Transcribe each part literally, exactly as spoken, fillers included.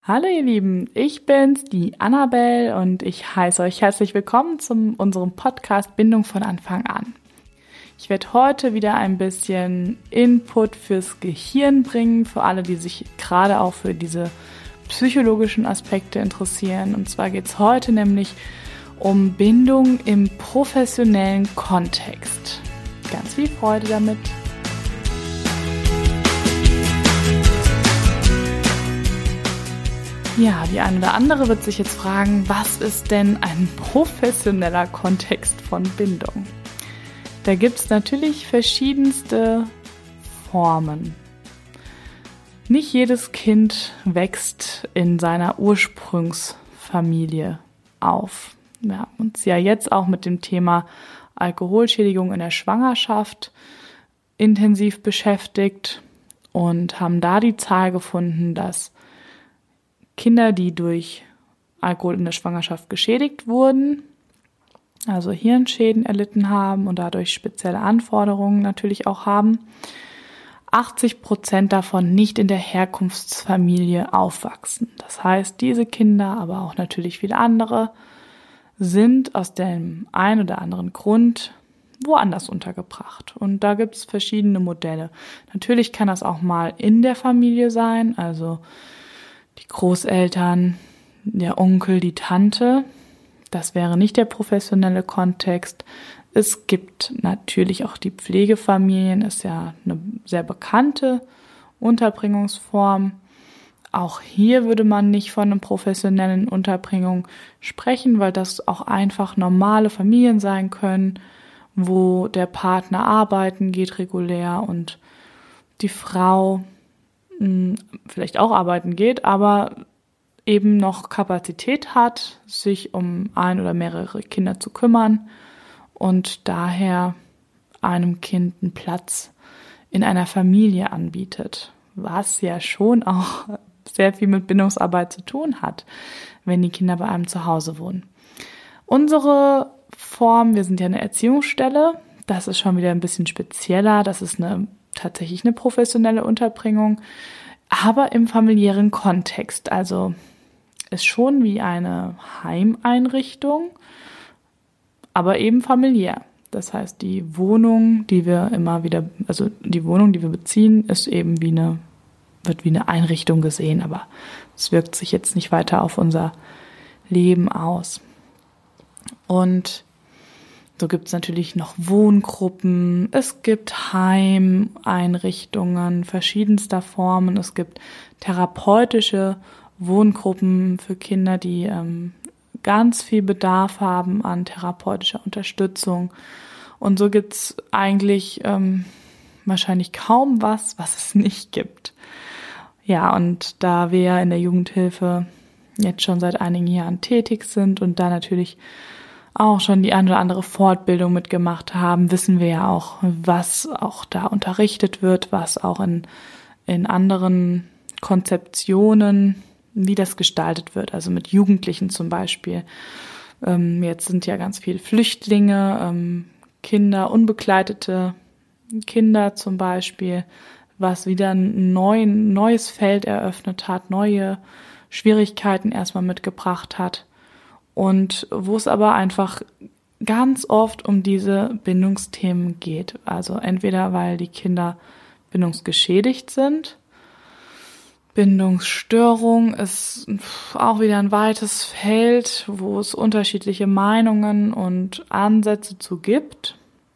Hallo ihr Lieben, ich bin's, die Annabelle und ich heiße euch herzlich willkommen zu unserem Podcast Bindung von Anfang an. Ich werde heute wieder ein bisschen Input fürs Gehirn bringen, für alle, die sich gerade auch für diese psychologischen Aspekte interessieren. Und zwar geht's heute nämlich um Bindung im professionellen Kontext. Ganz viel Freude damit! Ja, die eine oder andere wird sich jetzt fragen, was ist denn ein professioneller Kontext von Bindung? Da gibt es natürlich verschiedenste Formen. Nicht jedes Kind wächst in seiner Ursprungsfamilie auf. Wir haben uns ja jetzt auch mit dem Thema Alkoholschädigung in der Schwangerschaft intensiv beschäftigt und haben da die Zahl gefunden, dass Kinder, die durch Alkohol in der Schwangerschaft geschädigt wurden, also Hirnschäden erlitten haben und dadurch spezielle Anforderungen natürlich auch haben, achtzig Prozent davon nicht in der Herkunftsfamilie aufwachsen. Das heißt, diese Kinder, aber auch natürlich viele andere, sind aus dem einen oder anderen Grund woanders untergebracht. Und da gibt es verschiedene Modelle. Natürlich kann das auch mal in der Familie sein, also die Großeltern, der Onkel, die Tante. Das wäre nicht der professionelle Kontext. Es gibt natürlich auch die Pflegefamilien, ist ja eine sehr bekannte Unterbringungsform. Auch hier würde man nicht von einer professionellen Unterbringung sprechen, weil das auch einfach normale Familien sein können, wo der Partner arbeiten geht regulär und die Frau vielleicht auch arbeiten geht, aber eben noch Kapazität hat, sich um ein oder mehrere Kinder zu kümmern und daher einem Kind einen Platz in einer Familie anbietet, was ja schon auch sehr viel mit Bindungsarbeit zu tun hat, wenn die Kinder bei einem zu Hause wohnen. Unsere Form, wir sind ja eine Erziehungsstelle, das ist schon wieder ein bisschen spezieller, das ist eine tatsächlich eine professionelle Unterbringung, aber im familiären Kontext. Also ist schon wie eine Heimeinrichtung, aber eben familiär. Das heißt, die Wohnung, die wir immer wieder, also die Wohnung, die wir beziehen, ist eben wie eine, wird wie eine Einrichtung gesehen, aber es wirkt sich jetzt nicht weiter auf unser Leben aus. Und so gibt es natürlich noch Wohngruppen, es gibt Heimeinrichtungen verschiedenster Formen, es gibt therapeutische Wohngruppen für Kinder, die ähm, ganz viel Bedarf haben an therapeutischer Unterstützung. Und so gibt es eigentlich ähm, wahrscheinlich kaum was, was es nicht gibt. Ja, und da wir in der Jugendhilfe jetzt schon seit einigen Jahren tätig sind und da natürlich auch schon die eine oder andere Fortbildung mitgemacht haben, wissen wir ja auch, was auch da unterrichtet wird, was auch in, in anderen Konzeptionen, wie das gestaltet wird, also mit Jugendlichen zum Beispiel. Ähm, jetzt sind ja ganz viele Flüchtlinge, ähm, Kinder, unbegleitete Kinder zum Beispiel, was wieder ein neu, neues Feld eröffnet hat, neue Schwierigkeiten erstmal mitgebracht hat. Und wo es aber einfach ganz oft um diese Bindungsthemen geht. Also entweder, weil die Kinder bindungsgeschädigt sind. Bindungsstörung ist auch wieder ein weites Feld, wo es unterschiedliche Meinungen und Ansätze zu gibt.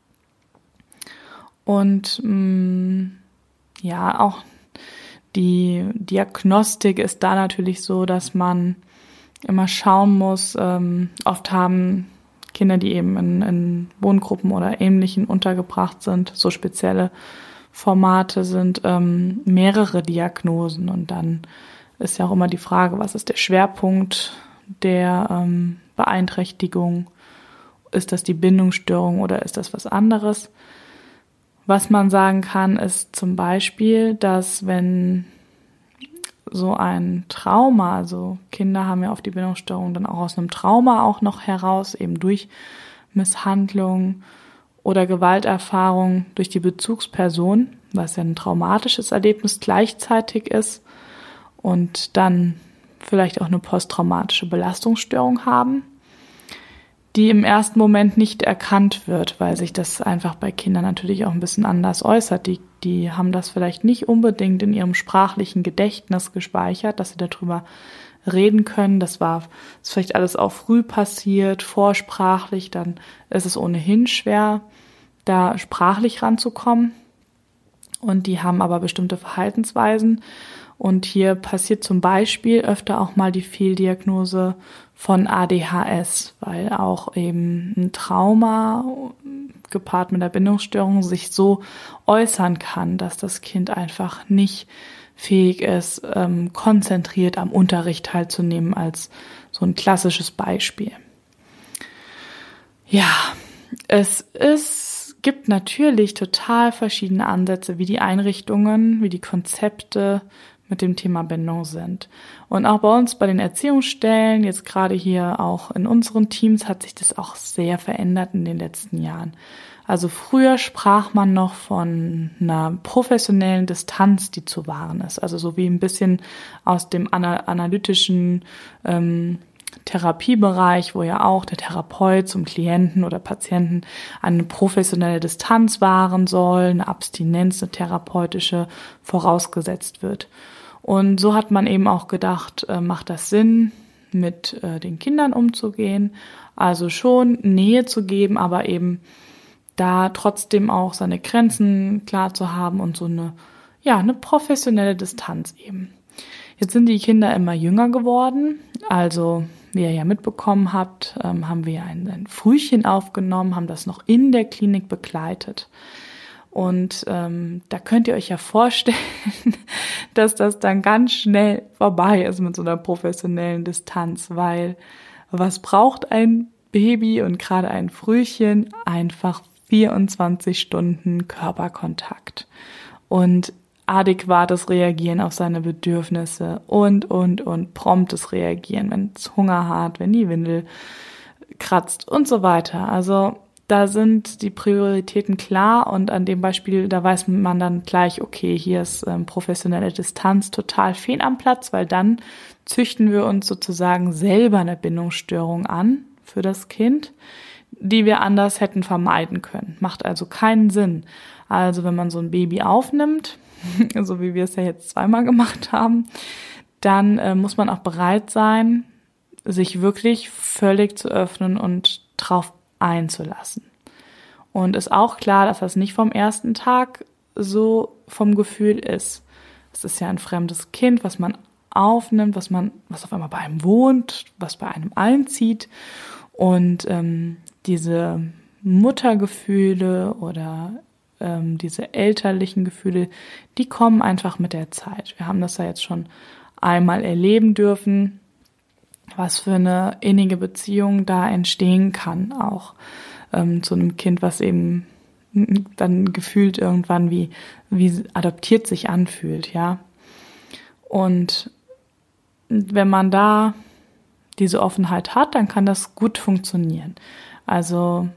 Und mh, ja, auch die Diagnostik ist da natürlich so, dass man immer schauen muss. Ähm, oft haben Kinder, die eben in, in Wohngruppen oder Ähnlichen untergebracht sind, so spezielle Formate sind, ähm, mehrere Diagnosen. Und dann ist ja auch immer die Frage, was ist der Schwerpunkt der ähm, Beeinträchtigung? Ist das die Bindungsstörung oder ist das was anderes? Was man sagen kann, ist zum Beispiel, dass wenn so ein Trauma, also Kinder haben ja oft die Bindungsstörung dann auch aus einem Trauma auch noch heraus, eben durch Misshandlung oder Gewalterfahrung durch die Bezugsperson, was ja ein traumatisches Erlebnis gleichzeitig ist und dann vielleicht auch eine posttraumatische Belastungsstörung haben, die im ersten Moment nicht erkannt wird, weil sich das einfach bei Kindern natürlich auch ein bisschen anders äußert. Die, die haben das vielleicht nicht unbedingt in ihrem sprachlichen Gedächtnis gespeichert, dass sie darüber reden können. Das war ist vielleicht alles auch früh passiert, vorsprachlich, dann ist es ohnehin schwer, da sprachlich ranzukommen. Und die haben aber bestimmte Verhaltensweisen. Und hier passiert zum Beispiel öfter auch mal die Fehldiagnose von A D H S, weil auch eben ein Trauma gepaart mit der Bindungsstörung sich so äußern kann, dass das Kind einfach nicht fähig ist, ähm, konzentriert am Unterricht teilzunehmen, als so ein klassisches Beispiel. Ja, es ist, gibt natürlich total verschiedene Ansätze, wie die Einrichtungen, wie die Konzepte mit dem Thema Bindung sind. Und auch bei uns bei den Erziehungsstellen, jetzt gerade hier auch in unseren Teams, hat sich das auch sehr verändert in den letzten Jahren. Also früher sprach man noch von einer professionellen Distanz, die zu wahren ist. Also so wie ein bisschen aus dem ana- analytischen ähm, Therapiebereich, wo ja auch der Therapeut zum Klienten oder Patienten eine professionelle Distanz wahren soll, eine Abstinenz, eine therapeutische vorausgesetzt wird. Und so hat man eben auch gedacht, äh, macht das Sinn, mit äh, den Kindern umzugehen, also schon Nähe zu geben, aber eben da trotzdem auch seine Grenzen klar zu haben und so eine, ja, eine professionelle Distanz eben. Jetzt sind die Kinder immer jünger geworden, also wie ihr ja mitbekommen habt, ähm, haben wir ein, ein Frühchen aufgenommen, haben das noch in der Klinik begleitet. Und ähm, da könnt ihr euch ja vorstellen, dass das dann ganz schnell vorbei ist mit so einer professionellen Distanz, weil was braucht ein Baby und gerade ein Frühchen? Einfach vierundzwanzig Stunden Körperkontakt und adäquates Reagieren auf seine Bedürfnisse und, und, und promptes Reagieren, wenn es Hunger hat, wenn die Windel kratzt und so weiter. Also da sind die Prioritäten klar und an dem Beispiel, da weiß man dann gleich, okay, hier ist ähm, professionelle Distanz total fehl am Platz, weil dann züchten wir uns sozusagen selber eine Bindungsstörung an für das Kind, die wir anders hätten vermeiden können. Macht also keinen Sinn. Also wenn man so ein Baby aufnimmt, so wie wir es ja jetzt zweimal gemacht haben, dann äh, muss man auch bereit sein, sich wirklich völlig zu öffnen und drauf einzulassen. Und ist auch klar, dass das nicht vom ersten Tag so vom Gefühl ist. Es ist ja ein fremdes Kind, was man aufnimmt, was man, was auf einmal bei einem wohnt, was bei einem einzieht. Und ähm, diese Muttergefühle oder ähm, diese elterlichen Gefühle, die kommen einfach mit der Zeit. Wir haben das ja jetzt schon einmal erleben dürfen, was für eine innige Beziehung da entstehen kann, auch ähm, zu einem Kind, was eben dann gefühlt irgendwann wie, wie adoptiert sich anfühlt, ja. Und wenn man da diese Offenheit hat, dann kann das gut funktionieren. Also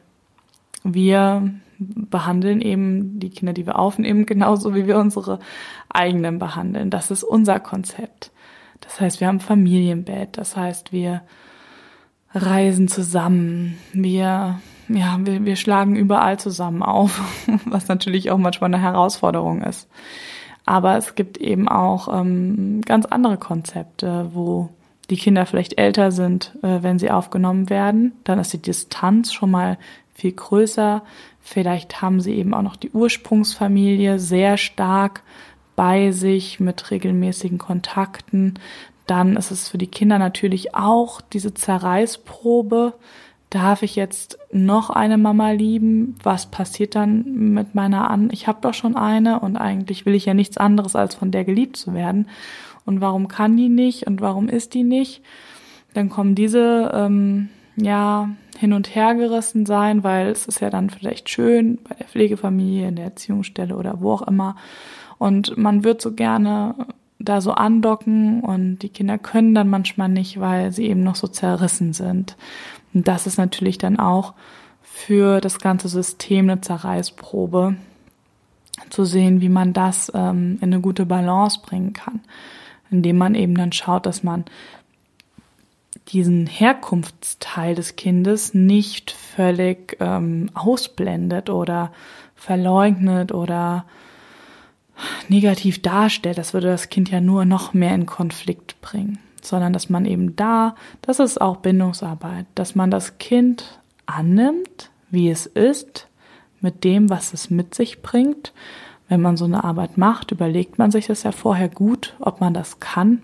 wir behandeln eben die Kinder, die wir aufnehmen, genauso wie wir unsere eigenen behandeln. Das ist unser Konzept. Das heißt, wir haben Familienbett, das heißt, wir reisen zusammen, wir, ja, wir, wir schlagen überall zusammen auf, was natürlich auch manchmal eine Herausforderung ist. Aber es gibt eben auch ähm, ganz andere Konzepte, wo die Kinder vielleicht älter sind, äh, wenn sie aufgenommen werden. Dann ist die Distanz schon mal viel größer. Vielleicht haben sie eben auch noch die Ursprungsfamilie sehr stark bei sich mit regelmäßigen Kontakten. Dann ist es für die Kinder natürlich auch diese Zerreißprobe. Darf ich jetzt noch eine Mama lieben? Was passiert dann mit meiner an? Ich habe doch schon eine und eigentlich will ich ja nichts anderes, als von der geliebt zu werden. Und warum kann die nicht und warum ist die nicht? Dann kommen diese ähm, ja hin und her gerissen sein, weil es ist ja dann vielleicht schön bei der Pflegefamilie, in der Erziehungsstelle oder wo auch immer. Und man wird so gerne da so andocken und die Kinder können dann manchmal nicht, weil sie eben noch so zerrissen sind. Und das ist natürlich dann auch für das ganze System eine Zerreißprobe, zu sehen, wie man das ähm, in eine gute Balance bringen kann. Indem man eben dann schaut, dass man diesen Herkunftsteil des Kindes nicht völlig ähm, ausblendet oder verleugnet oder negativ darstellt. Das würde das Kind ja nur noch mehr in Konflikt bringen, sondern dass man eben da, das ist auch Bindungsarbeit, dass man das Kind annimmt, wie es ist, mit dem, was es mit sich bringt. Wenn man so eine Arbeit macht, überlegt man sich das ja vorher gut, ob man das kann.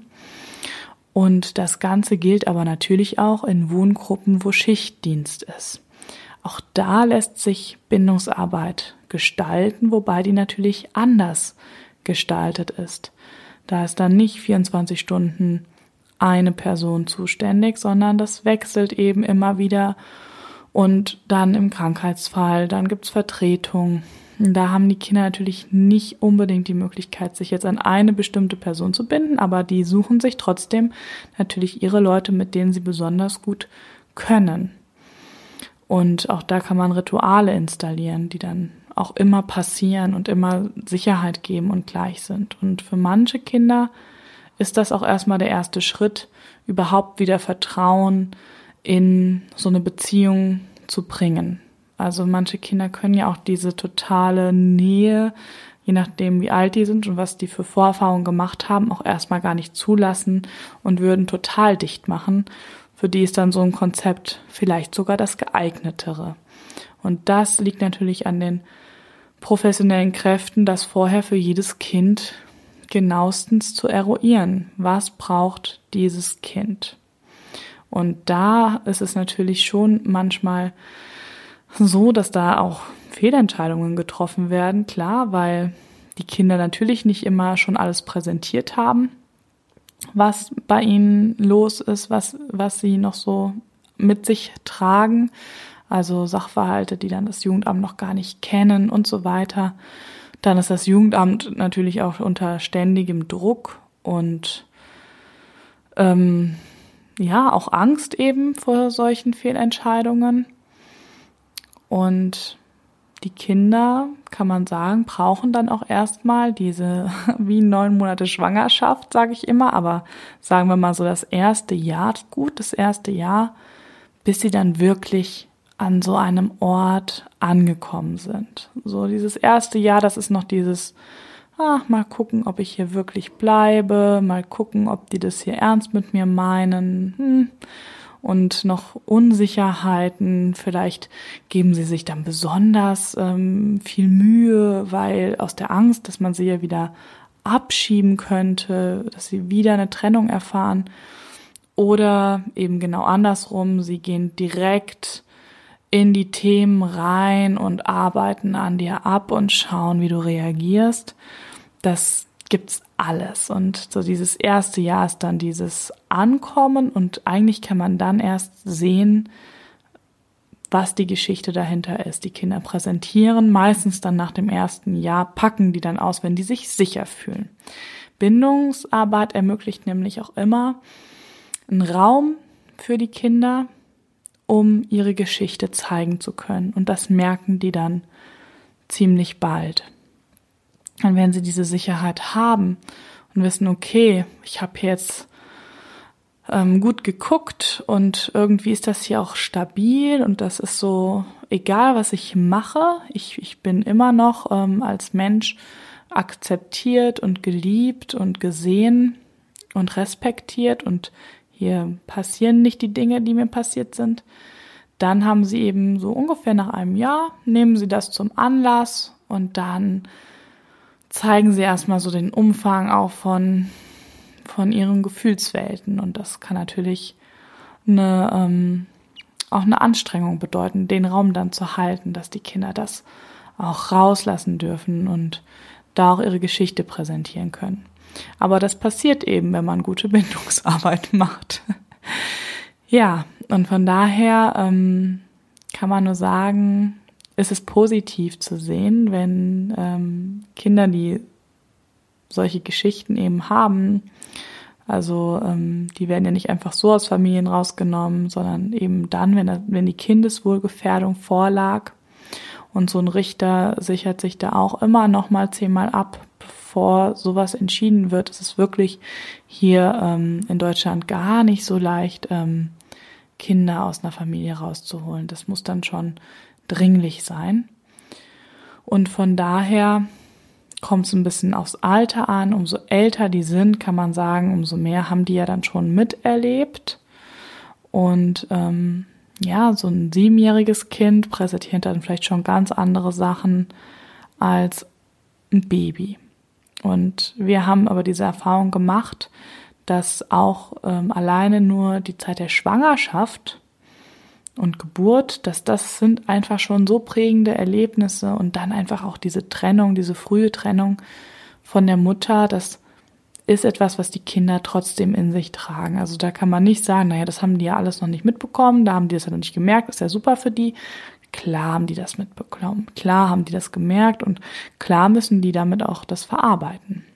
Und das Ganze gilt aber natürlich auch in Wohngruppen, wo Schichtdienst ist. Auch da lässt sich Bindungsarbeit gestalten, wobei die natürlich anders gestaltet ist. Da ist dann nicht vierundzwanzig Stunden eine Person zuständig, sondern das wechselt eben immer wieder. Und dann im Krankheitsfall, dann gibt's Vertretung. Da haben die Kinder natürlich nicht unbedingt die Möglichkeit, sich jetzt an eine bestimmte Person zu binden, aber die suchen sich trotzdem natürlich ihre Leute, mit denen sie besonders gut können. Und auch da kann man Rituale installieren, die dann auch immer passieren und immer Sicherheit geben und gleich sind. Und für manche Kinder ist das auch erstmal der erste Schritt, überhaupt wieder Vertrauen in so eine Beziehung zu bringen. Also manche Kinder können ja auch diese totale Nähe, je nachdem wie alt die sind und was die für Vorerfahrungen gemacht haben, auch erstmal gar nicht zulassen und würden total dicht machen. Für die ist dann so ein Konzept vielleicht sogar das geeignetere. Und das liegt natürlich an den professionellen Kräften, das vorher für jedes Kind genauestens zu eruieren. Was braucht dieses Kind? Und da ist es natürlich schon manchmal so, dass da auch Fehlentscheidungen getroffen werden, klar, weil die Kinder natürlich nicht immer schon alles präsentiert haben, was bei ihnen los ist, was, was sie noch so mit sich tragen, also Sachverhalte, die dann das Jugendamt noch gar nicht kennen und so weiter. Dann ist das Jugendamt natürlich auch unter ständigem Druck und ähm, ja, auch Angst eben vor solchen Fehlentscheidungen. Und die Kinder, kann man sagen, brauchen dann auch erstmal diese wie neun Monate Schwangerschaft, sage ich immer, aber sagen wir mal so das erste Jahr, gut, das erste Jahr, bis sie dann wirklich an so einem Ort angekommen sind. So dieses erste Jahr, das ist noch dieses, ah, mal gucken, ob ich hier wirklich bleibe, mal gucken, ob die das hier ernst mit mir meinen, hm. Und noch Unsicherheiten, vielleicht geben sie sich dann besonders ähm, viel Mühe, weil aus der Angst, dass man sie ja wieder abschieben könnte, dass sie wieder eine Trennung erfahren. Oder eben genau andersrum, sie gehen direkt in die Themen rein und arbeiten an dir ab und schauen, wie du reagierst. Das gibt's alles. Und so dieses erste Jahr ist dann dieses Ankommen und eigentlich kann man dann erst sehen, was die Geschichte dahinter ist. Die Kinder präsentieren, meistens dann nach dem ersten Jahr, packen die dann aus, wenn die sich sicher fühlen. Bindungsarbeit ermöglicht nämlich auch immer einen Raum für die Kinder, um ihre Geschichte zeigen zu können. Und das merken die dann ziemlich bald. Und wenn sie diese Sicherheit haben und wissen, okay, ich habe jetzt ähm, gut geguckt und irgendwie ist das hier auch stabil und das ist so, egal was ich mache, ich, ich bin immer noch ähm, als Mensch akzeptiert und geliebt und gesehen und respektiert und hier passieren nicht die Dinge, die mir passiert sind, dann haben sie eben so ungefähr nach einem Jahr, nehmen sie das zum Anlass und dann zeigen sie erstmal so den Umfang auch von, von ihren Gefühlswelten. Und das kann natürlich eine, ähm, auch eine Anstrengung bedeuten, den Raum dann zu halten, dass die Kinder das auch rauslassen dürfen und da auch ihre Geschichte präsentieren können. Aber das passiert eben, wenn man gute Bindungsarbeit macht. Ja, und von daher ähm, kann man nur sagen, ist es positiv zu sehen, wenn ähm, Kinder, die solche Geschichten eben haben, also ähm, die werden ja nicht einfach so aus Familien rausgenommen, sondern eben dann, wenn, wenn die Kindeswohlgefährdung vorlag. Und so ein Richter sichert sich da auch immer noch mal zehnmal ab, bevor sowas entschieden wird, ist es wirklich hier ähm, in Deutschland gar nicht so leicht, ähm, Kinder aus einer Familie rauszuholen. Das muss dann schon dringlich sein. Und von daher kommt es ein bisschen aufs Alter an. Umso älter die sind, kann man sagen, umso mehr haben die ja dann schon miterlebt. Und ähm, ja, so ein siebenjähriges Kind präsentiert dann vielleicht schon ganz andere Sachen als ein Baby. Und wir haben aber diese Erfahrung gemacht, dass auch ähm, alleine nur die Zeit der Schwangerschaft und Geburt, dass das sind einfach schon so prägende Erlebnisse und dann einfach auch diese Trennung, diese frühe Trennung von der Mutter, das ist etwas, was die Kinder trotzdem in sich tragen. Also da kann man nicht sagen, naja, das haben die ja alles noch nicht mitbekommen, da haben die das ja noch nicht gemerkt, ist ja super für die. Klar haben die das mitbekommen, klar haben die das gemerkt und klar müssen die damit auch das verarbeiten.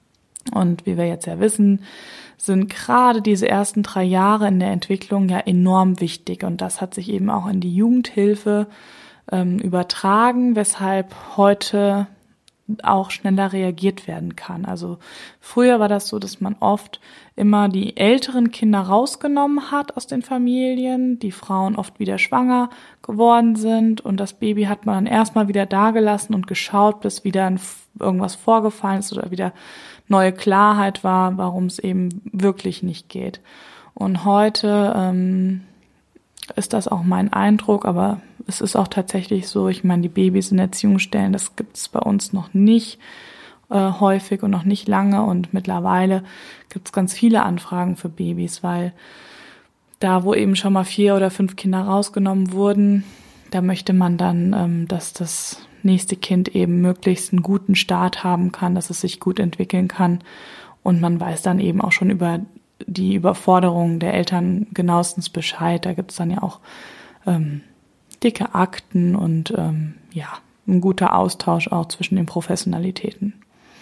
Und wie wir jetzt ja wissen, sind gerade diese ersten drei Jahre in der Entwicklung ja enorm wichtig. Und das hat sich eben auch in die Jugendhilfe ähm, übertragen, weshalb heute auch schneller reagiert werden kann. Also früher war das so, dass man oft immer die älteren Kinder rausgenommen hat aus den Familien, die Frauen oft wieder schwanger geworden sind und das Baby hat man dann erstmal wieder dagelassen und geschaut, bis wieder irgendwas vorgefallen ist oder wieder neue Klarheit war, warum es eben wirklich nicht geht. Und heute ähm, ist das auch mein Eindruck, aber es ist auch tatsächlich so, ich meine, die Babys in Erziehungsstellen, das gibt es bei uns noch nicht äh, häufig und noch nicht lange und mittlerweile gibt es ganz viele Anfragen für Babys, weil da, wo eben schon mal vier oder fünf Kinder rausgenommen wurden, da möchte man dann, ähm, dass das nächste Kind eben möglichst einen guten Start haben kann, dass es sich gut entwickeln kann und man weiß dann eben auch schon über die Überforderung der Eltern genauestens Bescheid. Da gibt es dann ja auch ähm, dicke Akten und ähm, ja, ein guter Austausch auch zwischen den Professionalitäten.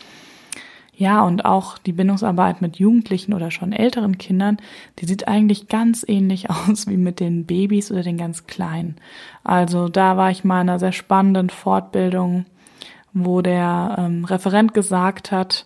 Ja, und auch die Bindungsarbeit mit Jugendlichen oder schon älteren Kindern, die sieht eigentlich ganz ähnlich aus wie mit den Babys oder den ganz Kleinen. Also da war ich mal in einer sehr spannenden Fortbildung, wo der ähm, Referent gesagt hat,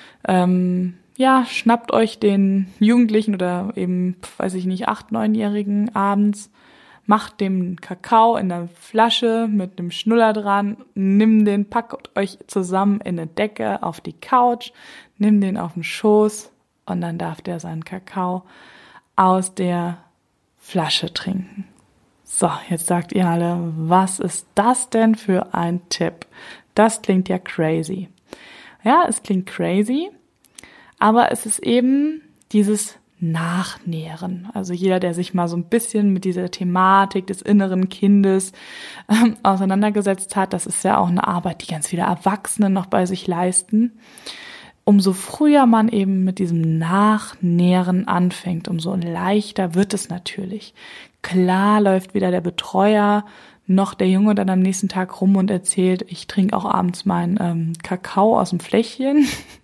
ähm, ja, schnappt euch den Jugendlichen oder eben, weiß ich nicht, acht-, neunjährigen abends, macht dem Kakao in der Flasche mit einem Schnuller dran, nimm den, packt euch zusammen in eine Decke auf die Couch, nimm den auf den Schoß und dann darf der seinen Kakao aus der Flasche trinken. So, jetzt sagt ihr alle, was ist das denn für ein Tipp? Das klingt ja crazy. Ja, es klingt crazy, aber es ist eben dieses Nachnähren. Also jeder, der sich mal so ein bisschen mit dieser Thematik des inneren Kindes ähm, auseinandergesetzt hat, das ist ja auch eine Arbeit, die ganz viele Erwachsene noch bei sich leisten. Umso früher man eben mit diesem Nachnähren anfängt, umso leichter wird es natürlich. Klar läuft weder der Betreuer noch der Junge dann am nächsten Tag rum und erzählt, ich trinke auch abends meinen ähm, Kakao aus dem Fläschchen.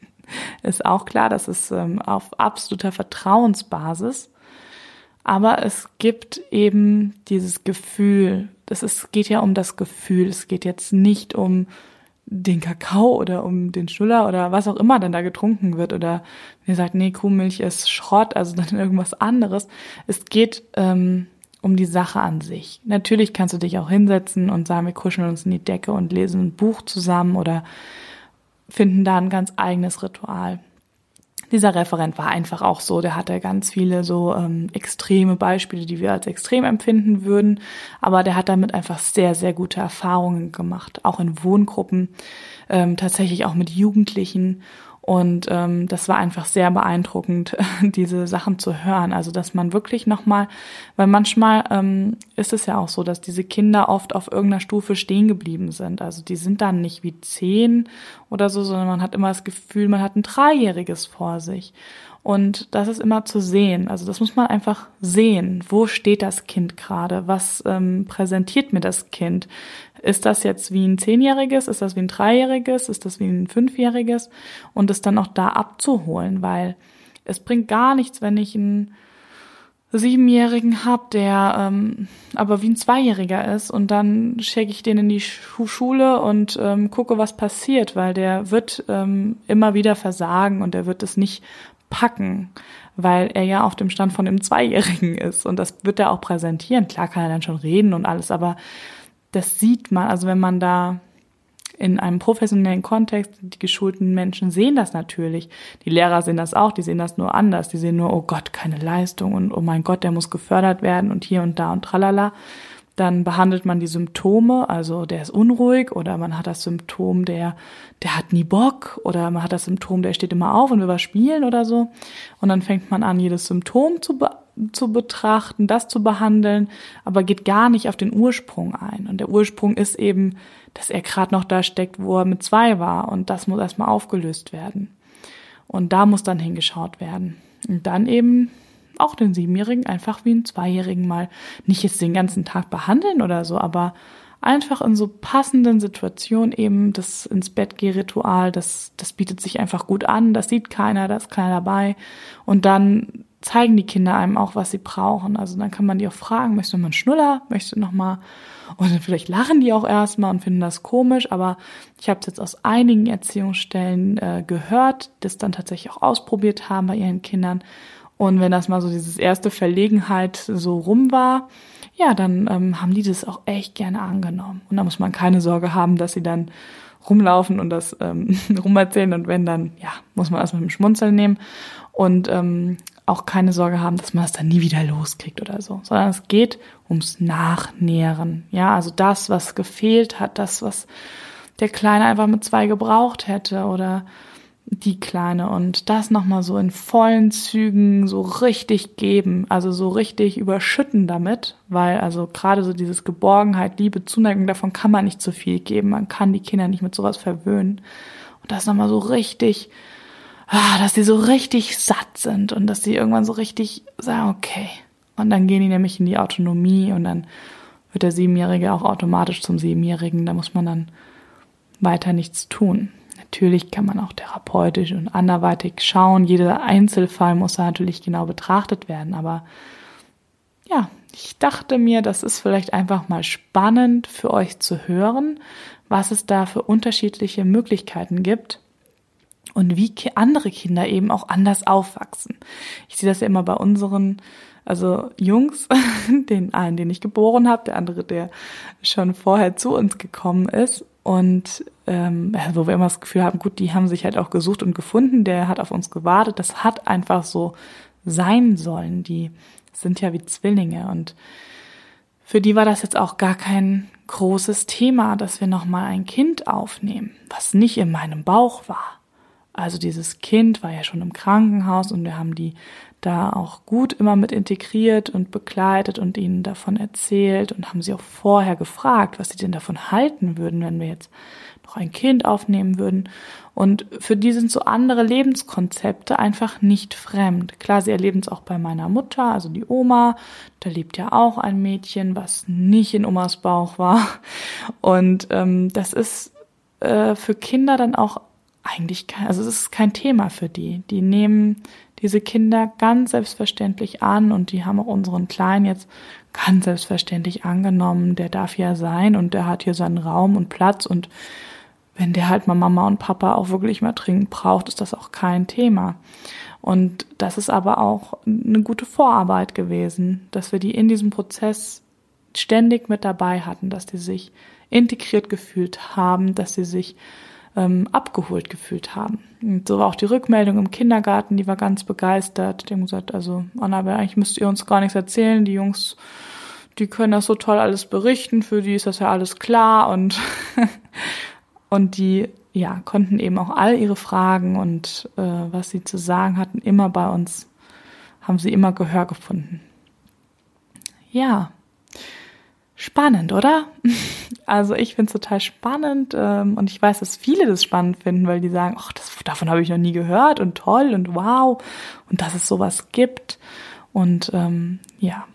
Ist auch klar, das ist ähm, auf absoluter Vertrauensbasis. Aber es gibt eben dieses Gefühl, das ist, geht ja um das Gefühl, es geht jetzt nicht um den Kakao oder um den Schnuller oder was auch immer dann da getrunken wird oder wenn ihr sagt, nee, Kuhmilch ist Schrott, also dann irgendwas anderes. Es geht ähm, um die Sache an sich. Natürlich kannst du dich auch hinsetzen und sagen, wir kuscheln uns in die Decke und lesen ein Buch zusammen oder finden da ein ganz eigenes Ritual. Dieser Referent war einfach auch so, der hatte ganz viele so ähm, extreme Beispiele, die wir als extrem empfinden würden, aber der hat damit einfach sehr, sehr gute Erfahrungen gemacht, auch in Wohngruppen, ähm, tatsächlich auch mit Jugendlichen und ähm, das war einfach sehr beeindruckend, diese Sachen zu hören, also dass man wirklich nochmal, weil manchmal ähm, ist es ja auch so, dass diese Kinder oft auf irgendeiner Stufe stehen geblieben sind, also die sind dann nicht wie zehn oder so, sondern man hat immer das Gefühl, man hat ein Dreijähriges vor sich und das ist immer zu sehen, also das muss man einfach sehen, wo steht das Kind gerade, was ähm, präsentiert mir das Kind, ist das jetzt wie ein Zehnjähriges, ist das wie ein Dreijähriges, ist das wie ein Fünfjähriges und es dann auch da abzuholen, weil es bringt gar nichts, wenn ich ein Siebenjährigen habe, der ähm, aber wie ein Zweijähriger ist, und dann schicke ich den in die Schu- Schule und ähm, gucke, was passiert, weil der wird ähm, immer wieder versagen und der wird es nicht packen, weil er ja auf dem Stand von dem Zweijährigen ist, und das wird er auch präsentieren. Klar kann er dann schon reden und alles, aber das sieht man, also wenn man da in einem professionellen Kontext, die geschulten Menschen sehen das natürlich. Die Lehrer sehen das auch, die sehen das nur anders. Die sehen nur, oh Gott, keine Leistung und oh mein Gott, der muss gefördert werden und hier und da und tralala. Dann behandelt man die Symptome, also der ist unruhig, oder man hat das Symptom, der der hat nie Bock, oder man hat das Symptom, der steht immer auf und will was spielen oder so. Und dann fängt man an, jedes Symptom zu be- zu betrachten, das zu behandeln, aber geht gar nicht auf den Ursprung ein. Und der Ursprung ist eben, dass er gerade noch da steckt, wo er mit zwei war, und das muss erstmal aufgelöst werden. Und da muss dann hingeschaut werden. Und dann eben auch den Siebenjährigen einfach wie einen Zweijährigen mal nicht jetzt den ganzen Tag behandeln oder so, aber einfach in so passenden Situationen eben das ins Bett geh Ritual, das das bietet sich einfach gut an, das sieht keiner, da ist keiner dabei, und dann zeigen die Kinder einem auch, was sie brauchen. Also dann kann man die auch fragen, möchtest du mal einen Schnuller, möchtest du noch mal, und vielleicht lachen die auch erstmal und finden das komisch, aber ich habe es jetzt aus einigen Erziehungsstellen äh, gehört, das dann tatsächlich auch ausprobiert haben bei ihren Kindern. Und wenn das mal so dieses erste Verlegenheit so rum war, ja, dann ähm, haben die das auch echt gerne angenommen. Und da muss man keine Sorge haben, dass sie dann rumlaufen und das ähm, rumerzählen. Und wenn, dann, ja, muss man erstmal mit dem Schmunzeln nehmen. Und ähm, auch keine Sorge haben, dass man es dann nie wieder loskriegt oder so. Sondern es geht ums Nachnähren. Ja, also das, was gefehlt hat, das, was der Kleine einfach mit zwei gebraucht hätte oder die Kleine, und das nochmal so in vollen Zügen so richtig geben, also so richtig überschütten damit, weil also gerade so dieses Geborgenheit, Liebe, Zuneigung, davon kann man nicht zu viel geben, man kann die Kinder nicht mit sowas verwöhnen, und das nochmal so richtig, ah, dass die so richtig satt sind und dass die irgendwann so richtig sagen, okay, und dann gehen die nämlich in die Autonomie, und dann wird der Siebenjährige auch automatisch zum Siebenjährigen, da muss man dann weiter nichts tun. Natürlich kann man auch therapeutisch und anderweitig schauen. Jeder Einzelfall muss da natürlich genau betrachtet werden. Aber ja, ich dachte mir, das ist vielleicht einfach mal spannend für euch zu hören, was es da für unterschiedliche Möglichkeiten gibt und wie andere Kinder eben auch anders aufwachsen. Ich sehe das ja immer bei unseren, also Jungs, den einen, den ich geboren habe, der andere, der schon vorher zu uns gekommen ist. Und ähm, wo wir immer das Gefühl haben, gut, die haben sich halt auch gesucht und gefunden, der hat auf uns gewartet. Das hat einfach so sein sollen. Die sind ja wie Zwillinge, und für die war das jetzt auch gar kein großes Thema, dass wir nochmal ein Kind aufnehmen, was nicht in meinem Bauch war. Also dieses Kind war ja schon im Krankenhaus, und wir haben die da auch gut immer mit integriert und begleitet und ihnen davon erzählt und haben sie auch vorher gefragt, was sie denn davon halten würden, wenn wir jetzt noch ein Kind aufnehmen würden. Und für die sind so andere Lebenskonzepte einfach nicht fremd. Klar, sie erleben es auch bei meiner Mutter, also die Oma, da lebt ja auch ein Mädchen, was nicht in Omas Bauch war. Und ähm, das ist äh, für Kinder dann auch eigentlich kein, also es ist kein Thema für die. Die nehmen diese Kinder ganz selbstverständlich an, und die haben auch unseren Kleinen jetzt ganz selbstverständlich angenommen. Der darf ja sein, und der hat hier seinen Raum und Platz, und wenn der halt mal Mama und Papa auch wirklich mal dringend braucht, ist das auch kein Thema. Und das ist aber auch eine gute Vorarbeit gewesen, dass wir die in diesem Prozess ständig mit dabei hatten, dass die sich integriert gefühlt haben, dass sie sich ähm, abgeholt gefühlt haben. Und so war auch die Rückmeldung im Kindergarten, die war ganz begeistert. Die haben gesagt, also Annabelle, eigentlich müsst ihr uns gar nichts erzählen, die Jungs, die können das so toll alles berichten, für die ist das ja alles klar, und und die ja konnten eben auch all ihre Fragen und äh, was sie zu sagen hatten, immer bei uns, haben sie immer Gehör gefunden. Ja, spannend, oder? Also ich finde es total spannend, ähm, und ich weiß, dass viele das spannend finden, weil die sagen, ach, das, davon habe ich noch nie gehört und toll und wow, und dass es sowas gibt. Und ähm, ja,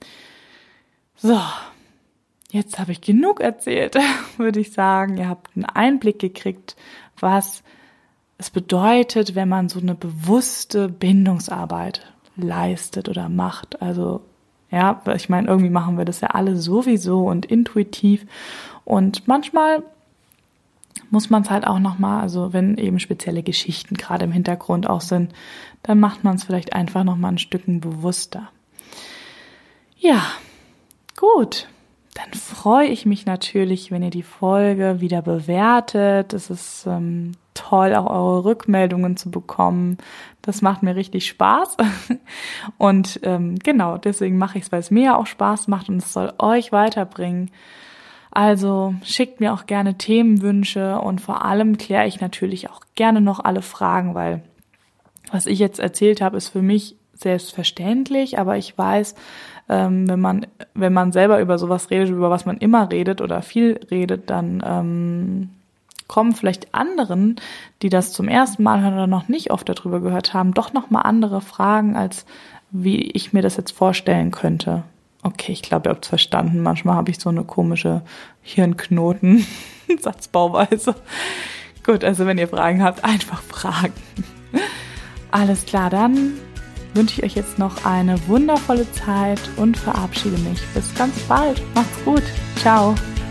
so, jetzt habe ich genug erzählt, würde ich sagen. Ihr habt einen Einblick gekriegt, was es bedeutet, wenn man so eine bewusste Bindungsarbeit leistet oder macht. Also ja, ich meine, irgendwie machen wir das ja alle sowieso und intuitiv. Und manchmal muss man es halt auch nochmal, also wenn eben spezielle Geschichten gerade im Hintergrund auch sind, dann macht man es vielleicht einfach nochmal ein Stückchen bewusster. Ja, gut. Dann freue ich mich natürlich, wenn ihr die Folge wieder bewertet. Es ist ähm, toll, auch eure Rückmeldungen zu bekommen. Das macht mir richtig Spaß. Und ähm, genau, deswegen mache ich es, weil es mir auch Spaß macht und es soll euch weiterbringen. Also schickt mir auch gerne Themenwünsche und vor allem kläre ich natürlich auch gerne noch alle Fragen, weil was ich jetzt erzählt habe, ist für mich selbstverständlich, aber ich weiß, ähm, wenn man wenn man selber über sowas redet, über was man immer redet oder viel redet, dann ähm, kommen vielleicht anderen, die das zum ersten Mal hören oder noch nicht oft darüber gehört haben, doch nochmal andere Fragen, als wie ich mir das jetzt vorstellen könnte. Okay, ich glaube, ihr habt es verstanden. Manchmal habe ich so eine komische Hirnknoten-Satzbauweise. Gut, also wenn ihr Fragen habt, einfach fragen. Alles klar, dann wünsche ich euch jetzt noch eine wundervolle Zeit und verabschiede mich. Bis ganz bald. Macht's gut. Ciao.